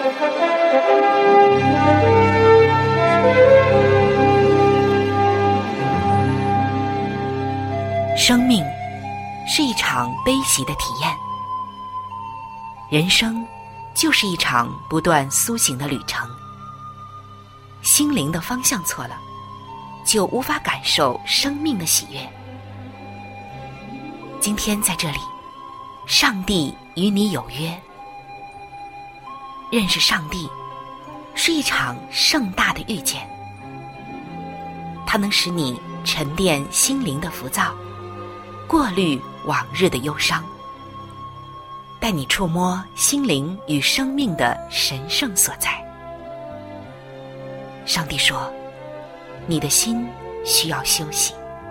生命是一场悲喜的体验，人生就是一场不断苏醒的旅程。心灵的方向错了，就无法感受生命的喜悦。今天在这里，上帝与你有约。认识上帝是一场盛大的遇见，它能使你沉淀心灵的浮躁，过滤往日的忧伤，带你触摸心灵与生命的神圣所在。上帝说，你的心需要休息。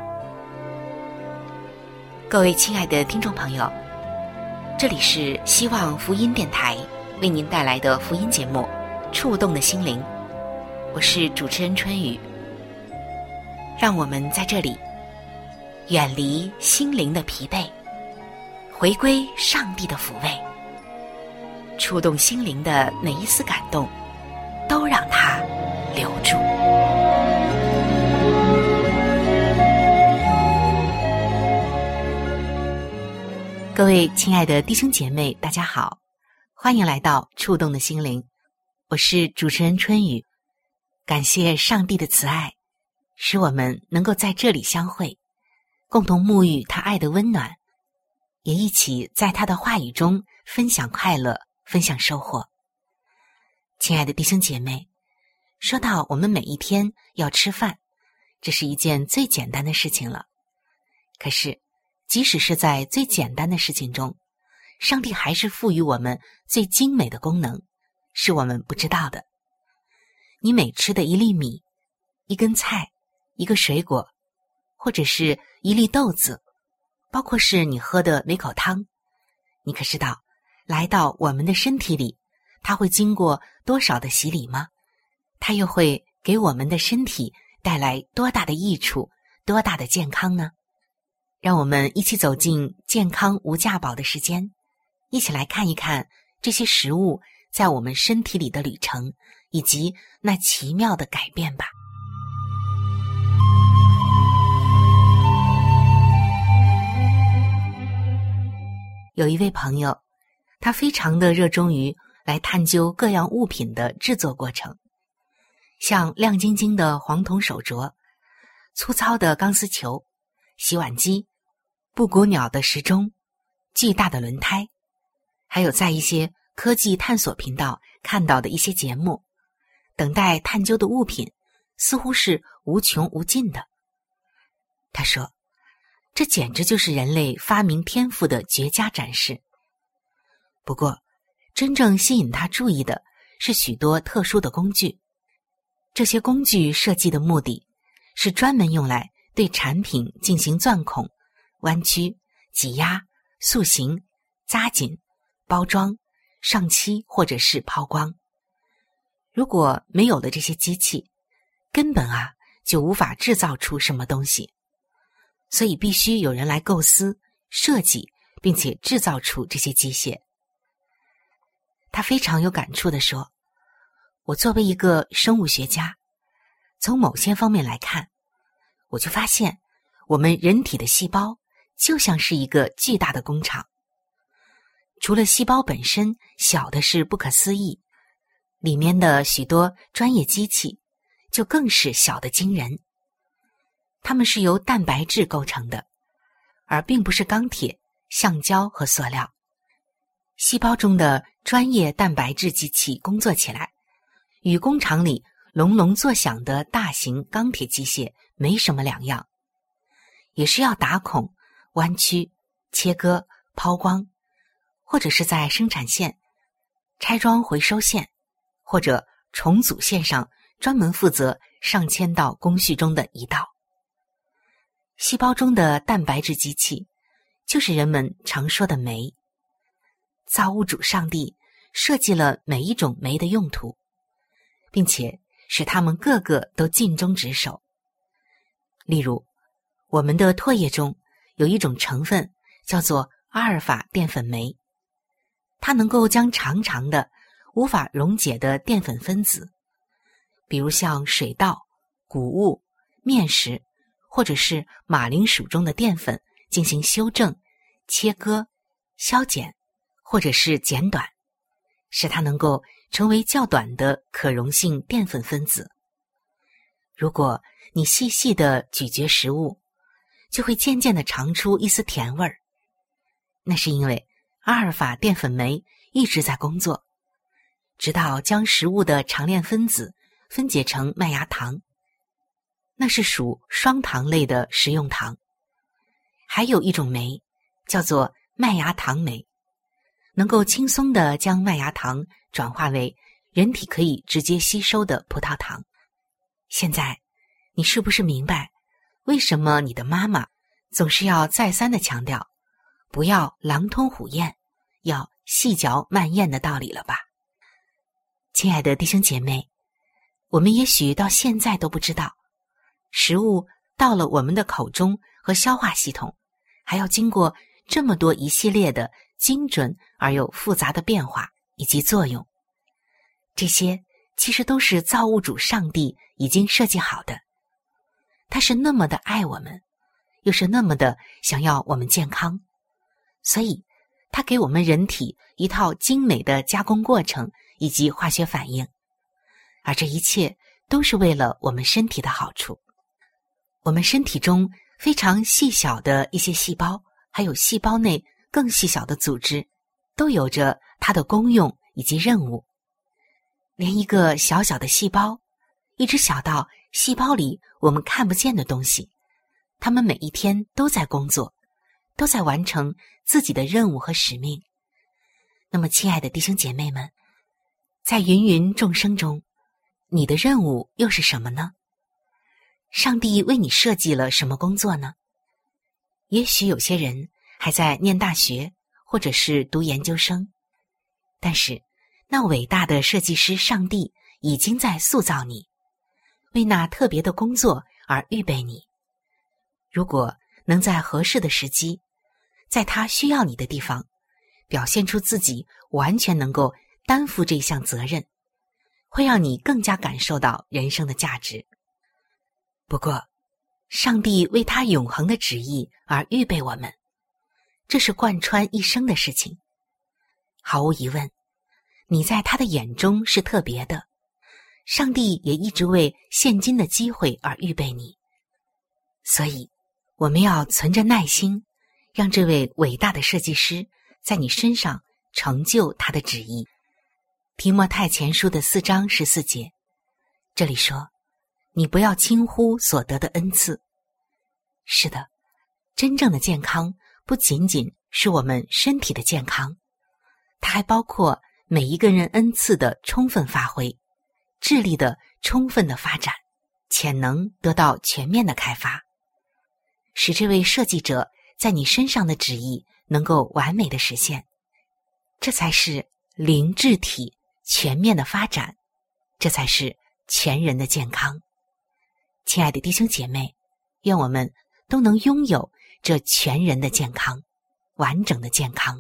各位亲爱的听众朋友，这里是希望福音电台为您带来的福音节目《触动的心灵》，我是主持人春雨。让我们在这里远离心灵的疲惫，回归上帝的抚慰，触动心灵的每一丝感动，都让它留住。各位亲爱的弟兄姐妹，大家好，欢迎来到触动的心灵，我是主持人春雨。感谢上帝的慈爱，使我们能够在这里相会，共同沐浴他爱的温暖，也一起在他的话语中分享快乐，分享收获。亲爱的弟兄姐妹，说到我们每一天要吃饭，这是一件最简单的事情了。可是即使是在最简单的事情中，上帝还是赋予我们最精美的功能，是我们不知道的。你每吃的一粒米，一根菜，一个水果，或者是一粒豆子，包括是你喝的每口汤，你可知道来到我们的身体里，它会经过多少的洗礼吗？它又会给我们的身体带来多大的益处，多大的健康呢？让我们一起走进健康无价宝的时间，一起来看一看这些食物在我们身体里的旅程，以及那奇妙的改变吧。有一位朋友，他非常的热衷于来探究各样物品的制作过程，像亮晶晶的黄铜手镯、粗糙的钢丝球、洗碗机、布谷鸟的时钟、巨大的轮胎，还有在一些科技探索频道看到的一些节目，等待探究的物品似乎是无穷无尽的。他说，这简直就是人类发明天赋的绝佳展示。不过，真正吸引他注意的是许多特殊的工具。这些工具设计的目的是专门用来对产品进行钻孔、弯曲、挤压、塑形、扎紧、包装、上漆或者是抛光。如果没有了这些机器，根本就无法制造出什么东西。所以必须有人来构思、设计，并且制造出这些机械。他非常有感触地说，我作为一个生物学家，从某些方面来看，我就发现我们人体的细胞就像是一个巨大的工厂。除了细胞本身小的是不可思议，里面的许多专业机器就更是小得惊人。它们是由蛋白质构成的，而并不是钢铁、橡胶和塑料。细胞中的专业蛋白质机器工作起来，与工厂里隆隆作响的大型钢铁机械没什么两样，也是要打孔、弯曲、切割、抛光，或者是在生产线、拆装回收线或者重组线上专门负责上千道工序中的一道。细胞中的蛋白质机器就是人们常说的酶。造物主上帝设计了每一种酶的用途，并且使它们个个都尽忠职守。例如，我们的唾液中有一种成分叫做阿尔法淀粉酶，它能够将长长的无法溶解的淀粉分子，比如像水稻、谷物、面食或者是马铃薯中的淀粉进行修正、切割、削减或者是剪短，使它能够成为较短的可溶性淀粉分子。如果你细细地咀嚼食物，就会渐渐地尝出一丝甜味儿。那是因为阿尔法淀粉酶一直在工作，直到将食物的长链分子分解成麦芽糖，那是属双糖类的食用糖。还有一种酶叫做麦芽糖酶，能够轻松地将麦芽糖转化为人体可以直接吸收的葡萄糖。现在你是不是明白为什么你的妈妈总是要再三地强调不要狼吞虎咽，要细嚼慢咽的道理了吧？亲爱的弟兄姐妹，我们也许到现在都不知道，食物到了我们的口中和消化系统，还要经过这么多一系列的精准而又复杂的变化以及作用。这些其实都是造物主上帝已经设计好的。他是那么的爱我们，又是那么的想要我们健康，所以他给我们人体一套精美的加工过程以及化学反应，而这一切都是为了我们身体的好处。我们身体中非常细小的一些细胞，还有细胞内更细小的组织，都有着它的功用以及任务。连一个小小的细胞，一直小到细胞里我们看不见的东西，它们每一天都在工作，都在完成自己的任务和使命。那么亲爱的弟兄姐妹们，在芸芸众生中，你的任务又是什么呢？上帝为你设计了什么工作呢？也许有些人还在念大学或者是读研究生，但是那伟大的设计师上帝已经在塑造你，为那特别的工作而预备你。如果能在合适的时机，在他需要你的地方，表现出自己完全能够担负这项责任，会让你更加感受到人生的价值。不过，上帝为他永恒的旨意而预备我们，这是贯穿一生的事情。毫无疑问，你在他的眼中是特别的，上帝也一直为现今的机会而预备你。所以，我们要存着耐心，让这位伟大的设计师在你身上成就他的旨意。提摩太前书的4章14节，这里说，你不要轻忽所得的恩赐。是的，真正的健康不仅仅是我们身体的健康，它还包括每一个人恩赐的充分发挥，智力的充分的发展，潜能得到全面的开发，使这位设计者在你身上的旨意能够完美的实现。这才是灵智体全面的发展，这才是全人的健康。亲爱的弟兄姐妹，愿我们都能拥有这全人的健康，完整的健康。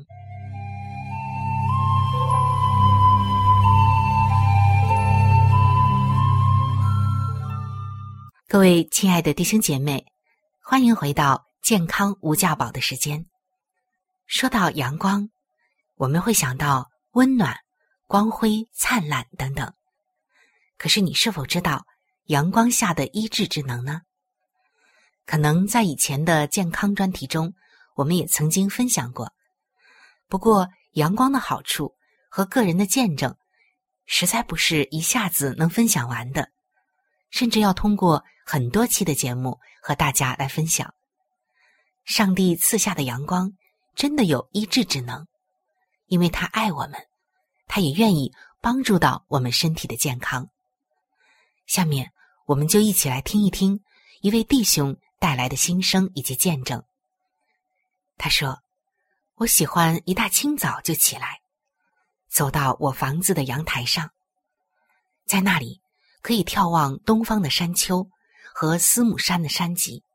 各位亲爱的弟兄姐妹，欢迎回到健康无价宝的时间。说到阳光，我们会想到温暖、光辉、灿烂等等。可是你是否知道阳光下的医治之能呢？可能在以前的健康专题中，我们也曾经分享过。不过阳光的好处和个人的见证，实在不是一下子能分享完的，甚至要通过很多期的节目和大家来分享。上帝赐下的阳光真的有医治之能，因为他爱我们，他也愿意帮助到我们身体的健康。下面我们就一起来听一听一位弟兄带来的心声以及见证。他说，我喜欢一大清早就起来，走到我房子的阳台上，在那里可以眺望东方的山丘和司母山的山脊。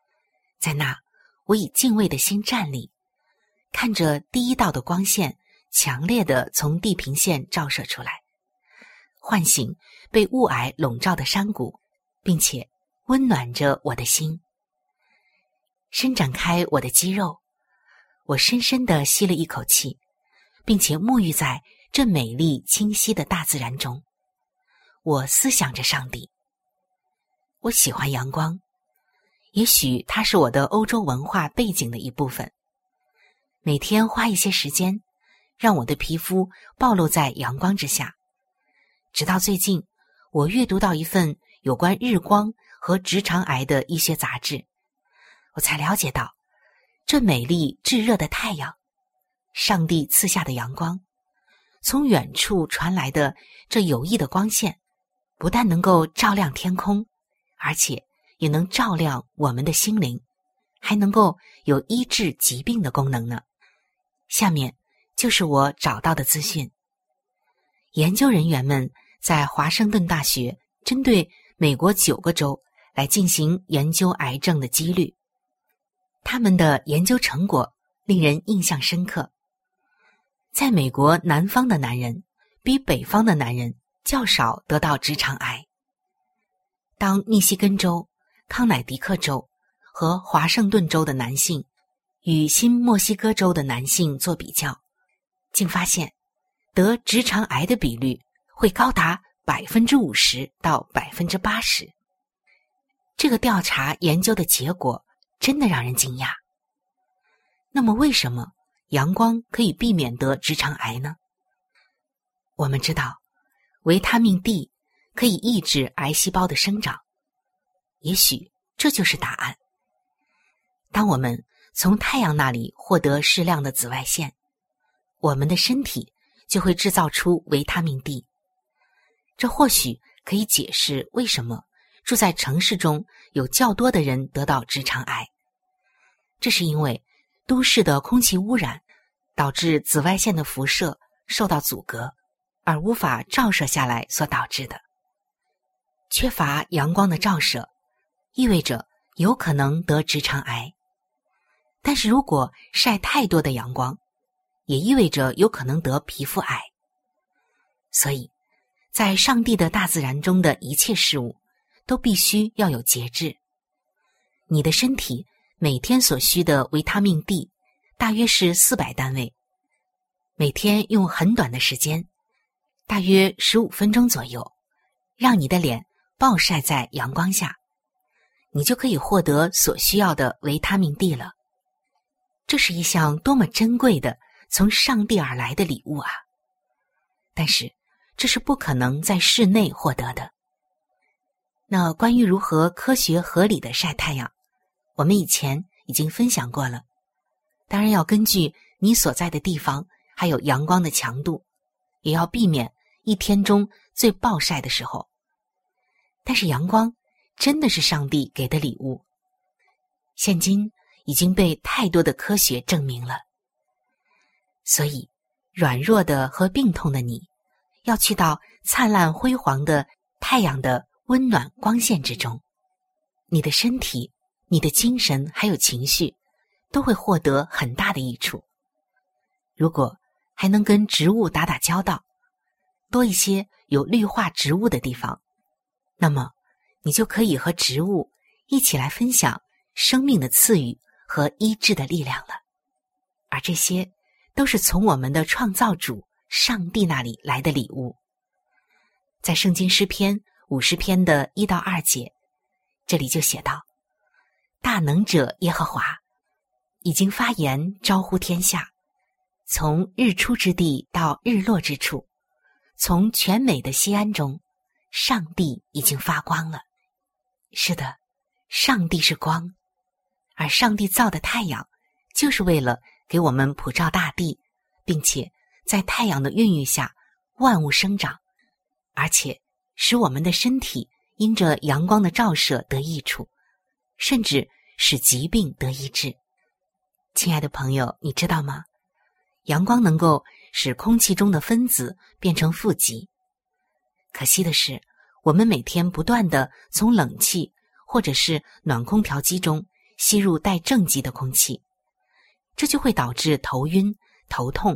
在那，我以敬畏的心站立，看着第一道的光线强烈地从地平线照射出来，唤醒被雾霭笼罩的山谷，并且温暖着我的心。伸展开我的肌肉，我深深地吸了一口气，并且沐浴在这美丽清晰的大自然中。我思想着上帝。我喜欢阳光，也许它是我的欧洲文化背景的一部分。每天花一些时间，让我的皮肤暴露在阳光之下。直到最近，我阅读到一份有关日光和直肠癌的医学杂志，我才了解到，这美丽炙热的太阳，上帝赐下的阳光，从远处传来的这有益的光线，不但能够照亮天空，而且也能照亮我们的心灵，还能够有医治疾病的功能呢。下面就是我找到的资讯。研究人员们在华盛顿大学针对美国9个州来进行研究癌症的几率。他们的研究成果令人印象深刻。在美国南方的男人比北方的男人较少得到直肠癌。当密西根州、康乃狄克州和华盛顿州的男性与新墨西哥州的男性做比较，竟发现得直肠癌的比率会高达 50% 到 80%。 这个调查研究的结果真的让人惊讶。那么为什么阳光可以避免得直肠癌呢？我们知道维他命 D 可以抑制癌细胞的生长，也许这就是答案。当我们从太阳那里获得适量的紫外线，我们的身体就会制造出维他命 D。 这或许可以解释为什么住在城市中有较多的人得到直肠癌。这是因为都市的空气污染导致紫外线的辐射受到阻隔，而无法照射下来所导致的。缺乏阳光的照射意味着有可能得直肠癌，但是如果晒太多的阳光，也意味着有可能得皮肤癌。所以在上帝的大自然中的一切事物都必须要有节制。你的身体每天所需的维他命 D 大约是400单位，每天用很短的时间，大约15分钟左右，让你的脸暴晒在阳光下，你就可以获得所需要的维他命 D 了。这是一项多么珍贵的从上帝而来的礼物啊！但是这是不可能在室内获得的。那关于如何科学合理的晒太阳，我们以前已经分享过了。当然要根据你所在的地方还有阳光的强度，也要避免一天中最暴晒的时候。但是阳光真的是上帝给的礼物，现今已经被太多的科学证明了。所以软弱的和病痛的你，要去到灿烂辉煌的太阳的温暖光线之中，你的身体、你的精神还有情绪都会获得很大的益处。如果还能跟植物打打交道，多一些有绿化植物的地方，那么你就可以和植物一起来分享生命的赐予和医治的力量了。而这些都是从我们的创造主上帝那里来的礼物。在圣经诗篇50篇的1到2节，这里就写道：大能者耶和华已经发言招呼天下，从日出之地到日落之处，从全美的西安中，上帝已经发光了。是的，上帝是光，而上帝造的太阳就是为了给我们普照大地，并且在太阳的孕育下万物生长，而且使我们的身体因着阳光的照射得益处，甚至使疾病得医治。亲爱的朋友，你知道吗？阳光能够使空气中的分子变成负极。可惜的是，我们每天不断地从冷气或者是暖空调机中吸入带正极的空气，这就会导致头晕、头痛，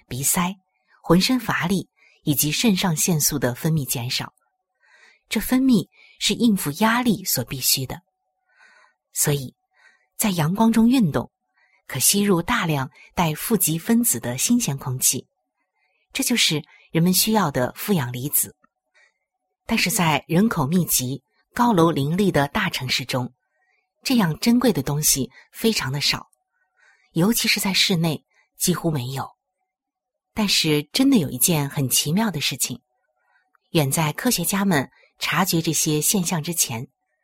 鼻塞、浑身乏力以及肾上腺素的分泌减少。这分泌是应付压力所必须的。所以，在阳光中运动，可吸入大量带负极分子的新鲜空气，这就是人们需要的负氧离子。但是在人口密集、高楼林立的大城市中，这样珍贵的东西非常的少，尤其是在室内几乎没有。但是真的有一件很奇妙的事情，远在科学家们察觉这些现象之前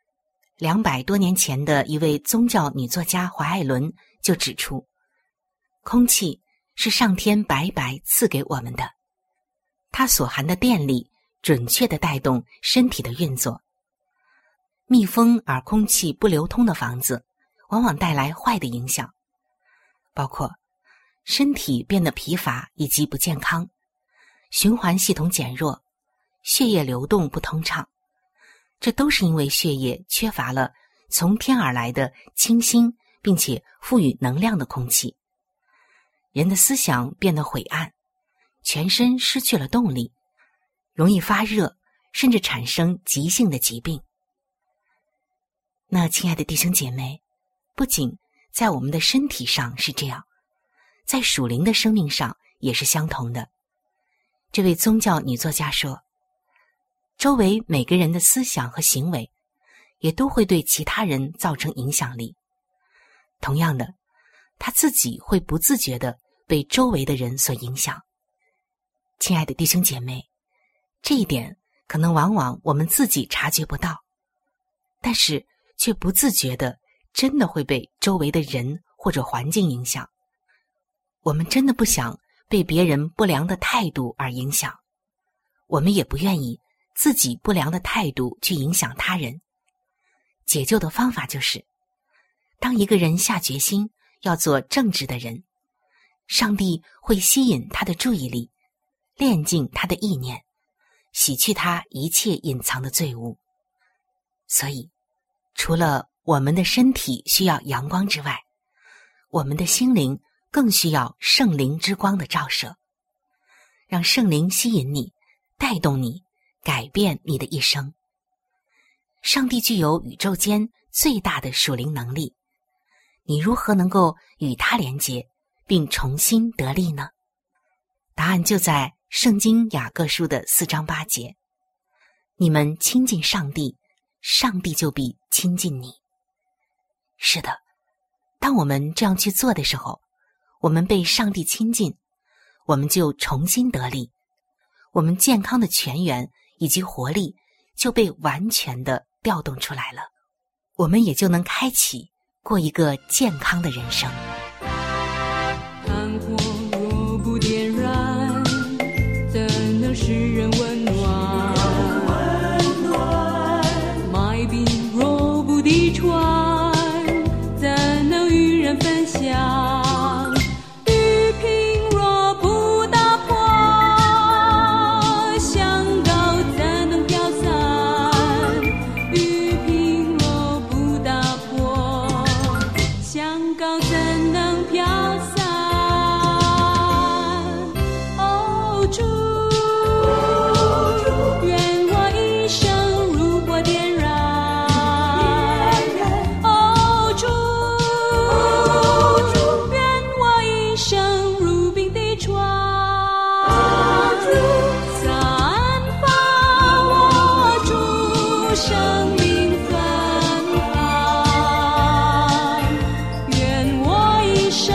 ，200多年前的一位宗教女作家怀艾伦就指出，空气是上天白白赐给我们的，它所含的电力准确地带动身体的运作。密封而空气不流通的房子往往带来坏的影响，包括身体变得疲乏以及不健康，循环系统减弱，血液流动不通畅，这都是因为血液缺乏了从天而来的清新并且赋予能量的空气。人的思想变得晦暗，全身失去了动力，容易发热，甚至产生急性的疾病。那亲爱的弟兄姐妹，不仅在我们的身体上是这样，在属灵的生命上也是相同的。这位宗教女作家说，周围每个人的思想和行为也都会对其他人造成影响力。同样的，她自己会不自觉地被周围的人所影响。亲爱的弟兄姐妹，这一点可能往往我们自己察觉不到，但是却不自觉地真的会被周围的人或者环境影响。我们真的不想被别人不良的态度而影响，我们也不愿意自己不良的态度去影响他人。解救的方法就是，当一个人下决心要做正直的人，上帝会吸引他的注意力，炼净他的意念，洗去他一切隐藏的罪污。所以，除了我们的身体需要阳光之外，我们的心灵更需要圣灵之光的照射，让圣灵吸引你，带动你，改变你的一生。上帝具有宇宙间最大的属灵能力，你如何能够与他连结，并重新得力呢？答案就在圣经雅各书的4章8节，你们亲近上帝，上帝就必亲近你。是的，当我们这样去做的时候，我们被上帝亲近，我们就重新得力，我们健康的泉源以及活力就被完全的调动出来了，我们也就能开启过一个健康的人生。 炭火若不点燃，怎能使人温暖？麦饼若不滴传，怎能与人分享？玉瓶若不打破，香膏怎能飘散？玉瓶若不打破，香膏怎能飘散？哦，主，愿我一生如火点燃。哦，主，愿我一生如冰滴传。散发我主生命芬芳，愿我一生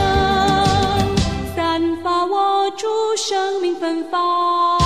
散发我主生命芬芳。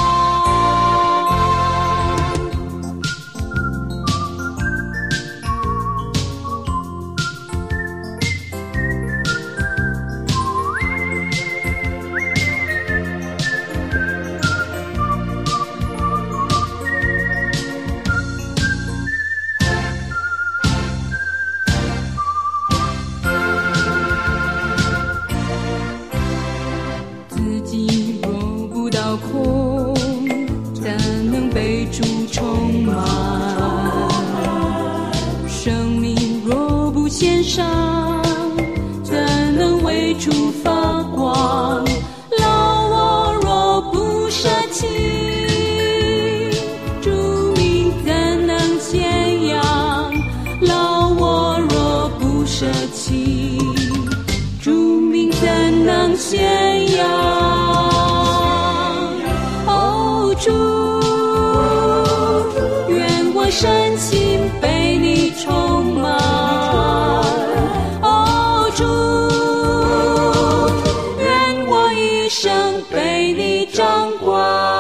自己若不倒空，怎能被主充满？生命若不献上，怎能为主发光？老我宣扬。哦，主，愿我身心被你充满。哦，主，愿我一生被你掌管。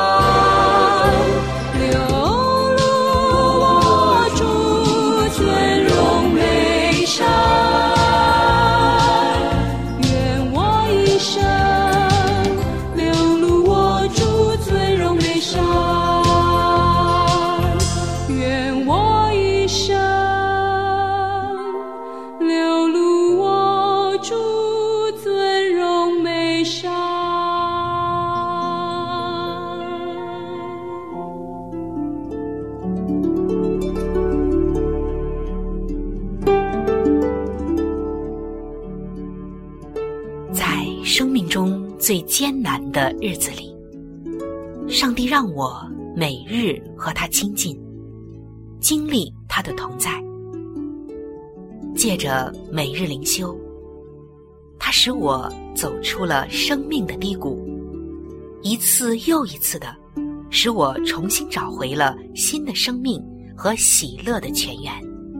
最艰难的日子里，上帝让我每日和他亲近，经历他的同在。借着每日灵修，他使我走出了生命的低谷，一次又一次的使我重新找回了新的生命和喜乐的泉源。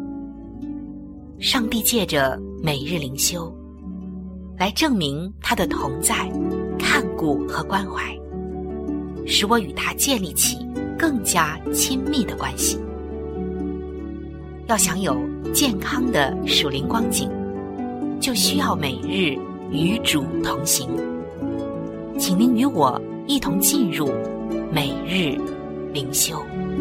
上帝借着每日灵修来证明他的同在、看顾和关怀，使我与他建立起更加亲密的关系。要享有健康的属灵光景，就需要每日与主同行。请您与我一同进入每日灵修。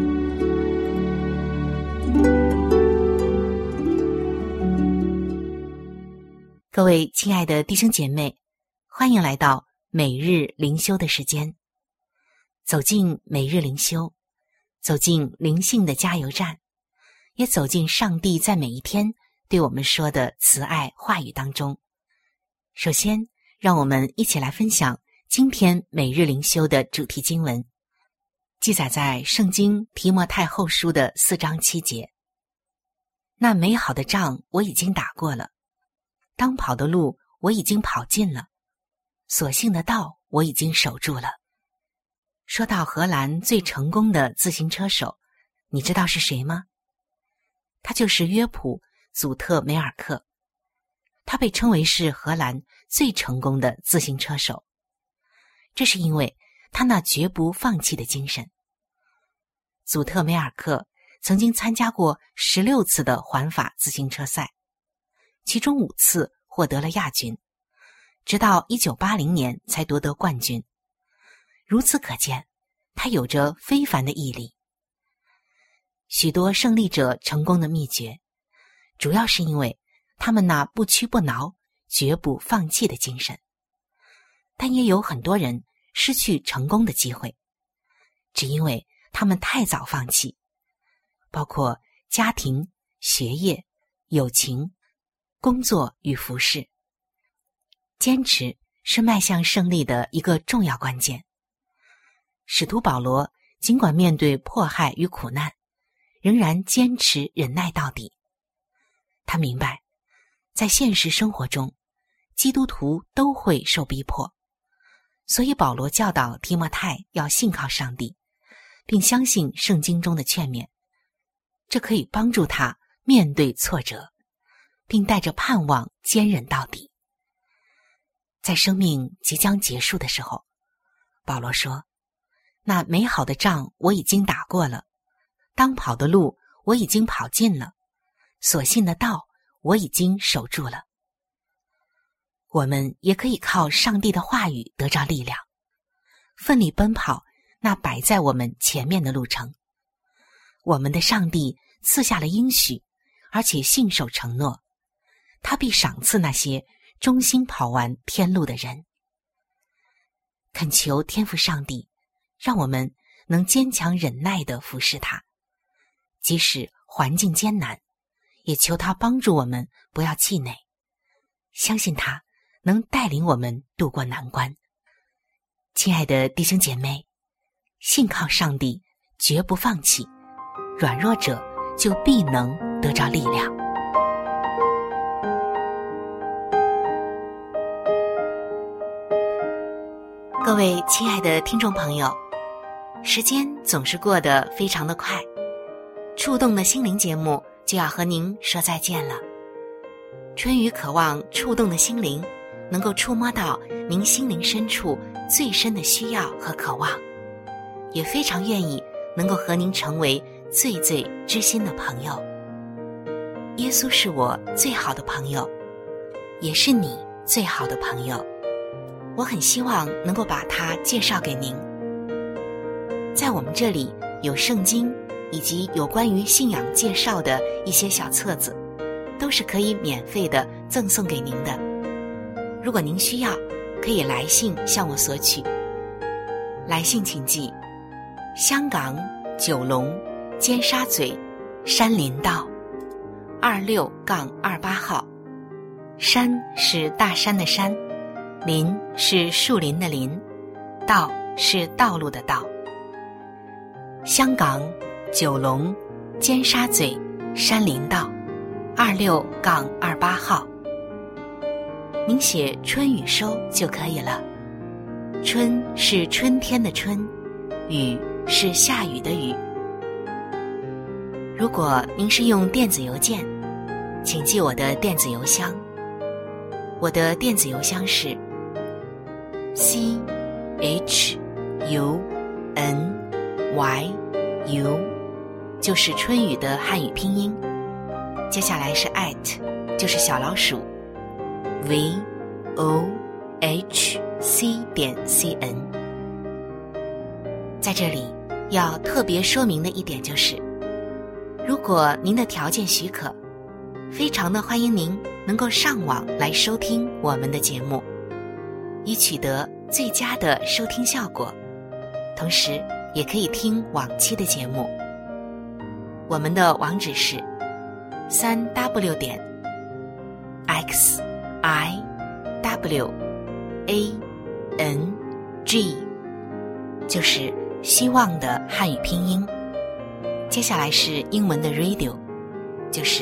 各位亲爱的弟兄姐妹，欢迎来到每日灵修的时间。走进每日灵修，走进灵性的加油站，也走进上帝在每一天对我们说的慈爱话语当中。首先，让我们一起来分享今天每日灵修的主题经文，记载在圣经提摩太后书的4章7节。那美好的仗我已经打过了，当跑的路我已经跑尽了，所幸的道我已经守住了。说到荷兰最成功的自行车手，你知道是谁吗？他就是约普·祖特梅尔克。他被称为是荷兰最成功的自行车手，这是因为他那绝不放弃的精神。祖特梅尔克曾经参加过16次的环法自行车赛，其中5次获得了亚军，直到1980年才夺得冠军。如此可见，他有着非凡的毅力。许多胜利者成功的秘诀，主要是因为他们那不屈不挠、绝不放弃的精神。但也有很多人失去成功的机会，只因为他们太早放弃，包括家庭、学业、友情、工作与服饰。坚持是迈向胜利的一个重要关键。使徒保罗尽管面对迫害与苦难，仍然坚持忍耐到底。他明白，在现实生活中，基督徒都会受逼迫，所以保罗教导提摩太要信靠上帝，并相信圣经中的劝勉，这可以帮助他面对挫折，并带着盼望坚忍到底。在生命即将结束的时候，保罗说，那美好的仗我已经打过了，当跑的路我已经跑尽了，所信的道我已经守住了。我们也可以靠上帝的话语得着力量，奋力奔跑那摆在我们前面的路程。我们的上帝赐下了应许，而且信守承诺，他必赏赐那些忠心跑完天路的人。恳求天父上帝让我们能坚强忍耐地服侍他，即使环境艰难，也求他帮助我们不要气馁，相信他能带领我们度过难关。亲爱的弟兄姐妹，信靠上帝，绝不放弃，软弱者就必能得着力量。 各位亲爱的听众朋友，时间总是过得非常的快，触动的心灵节目就要和您说再见了。春雨渴望触动的心灵能够触摸到您心灵深处最深的需要和渴望，也非常愿意能够和您成为最最知心的朋友。耶稣是我最好的朋友，也是你最好的朋友，我很希望能够把他介绍给您。在我们这里有圣经以及有关于信仰介绍的一些小册子，都是可以免费的赠送给您的。如果您需要，可以来信向我索取。来信请寄香港九龙尖沙咀山林道26-28号。山是大山的山，林是树林的林，道是道路的道。香港九龙尖沙咀山林道26-28号。您写春雨收就可以了。春是春天的春，雨是下雨的雨。如果您是用电子邮件，请记我的电子邮箱。我的电子邮箱是 CHUNYU， 就是春雨的汉语拼音，接下来是 @ 就是小老鼠 VOHC.CN。 在这里要特别说明的一点就是，如果您的条件许可，非常的欢迎您能够上网来收听我们的节目，以取得最佳的收听效果，同时也可以听往期的节目。我们的网址是 3w.xiwang， 就是希望的汉语拼音，接下来是英文的 radio， 就是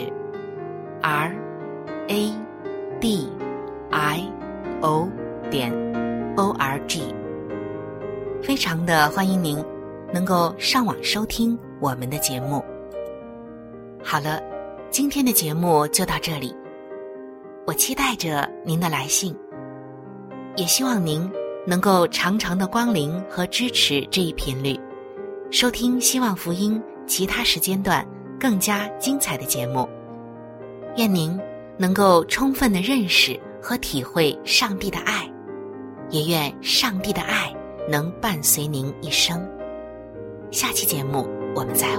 RADIO.org。 非常的欢迎您能够上网收听我们的节目。好了，今天的节目就到这里，我期待着您的来信，也希望您能够常常的光临和支持这一频率，收听希望福音其他时间段更加精彩的节目。愿您能够充分的认识和体会上帝的爱，也愿上帝的爱能伴随您一生。下期节目我们再会。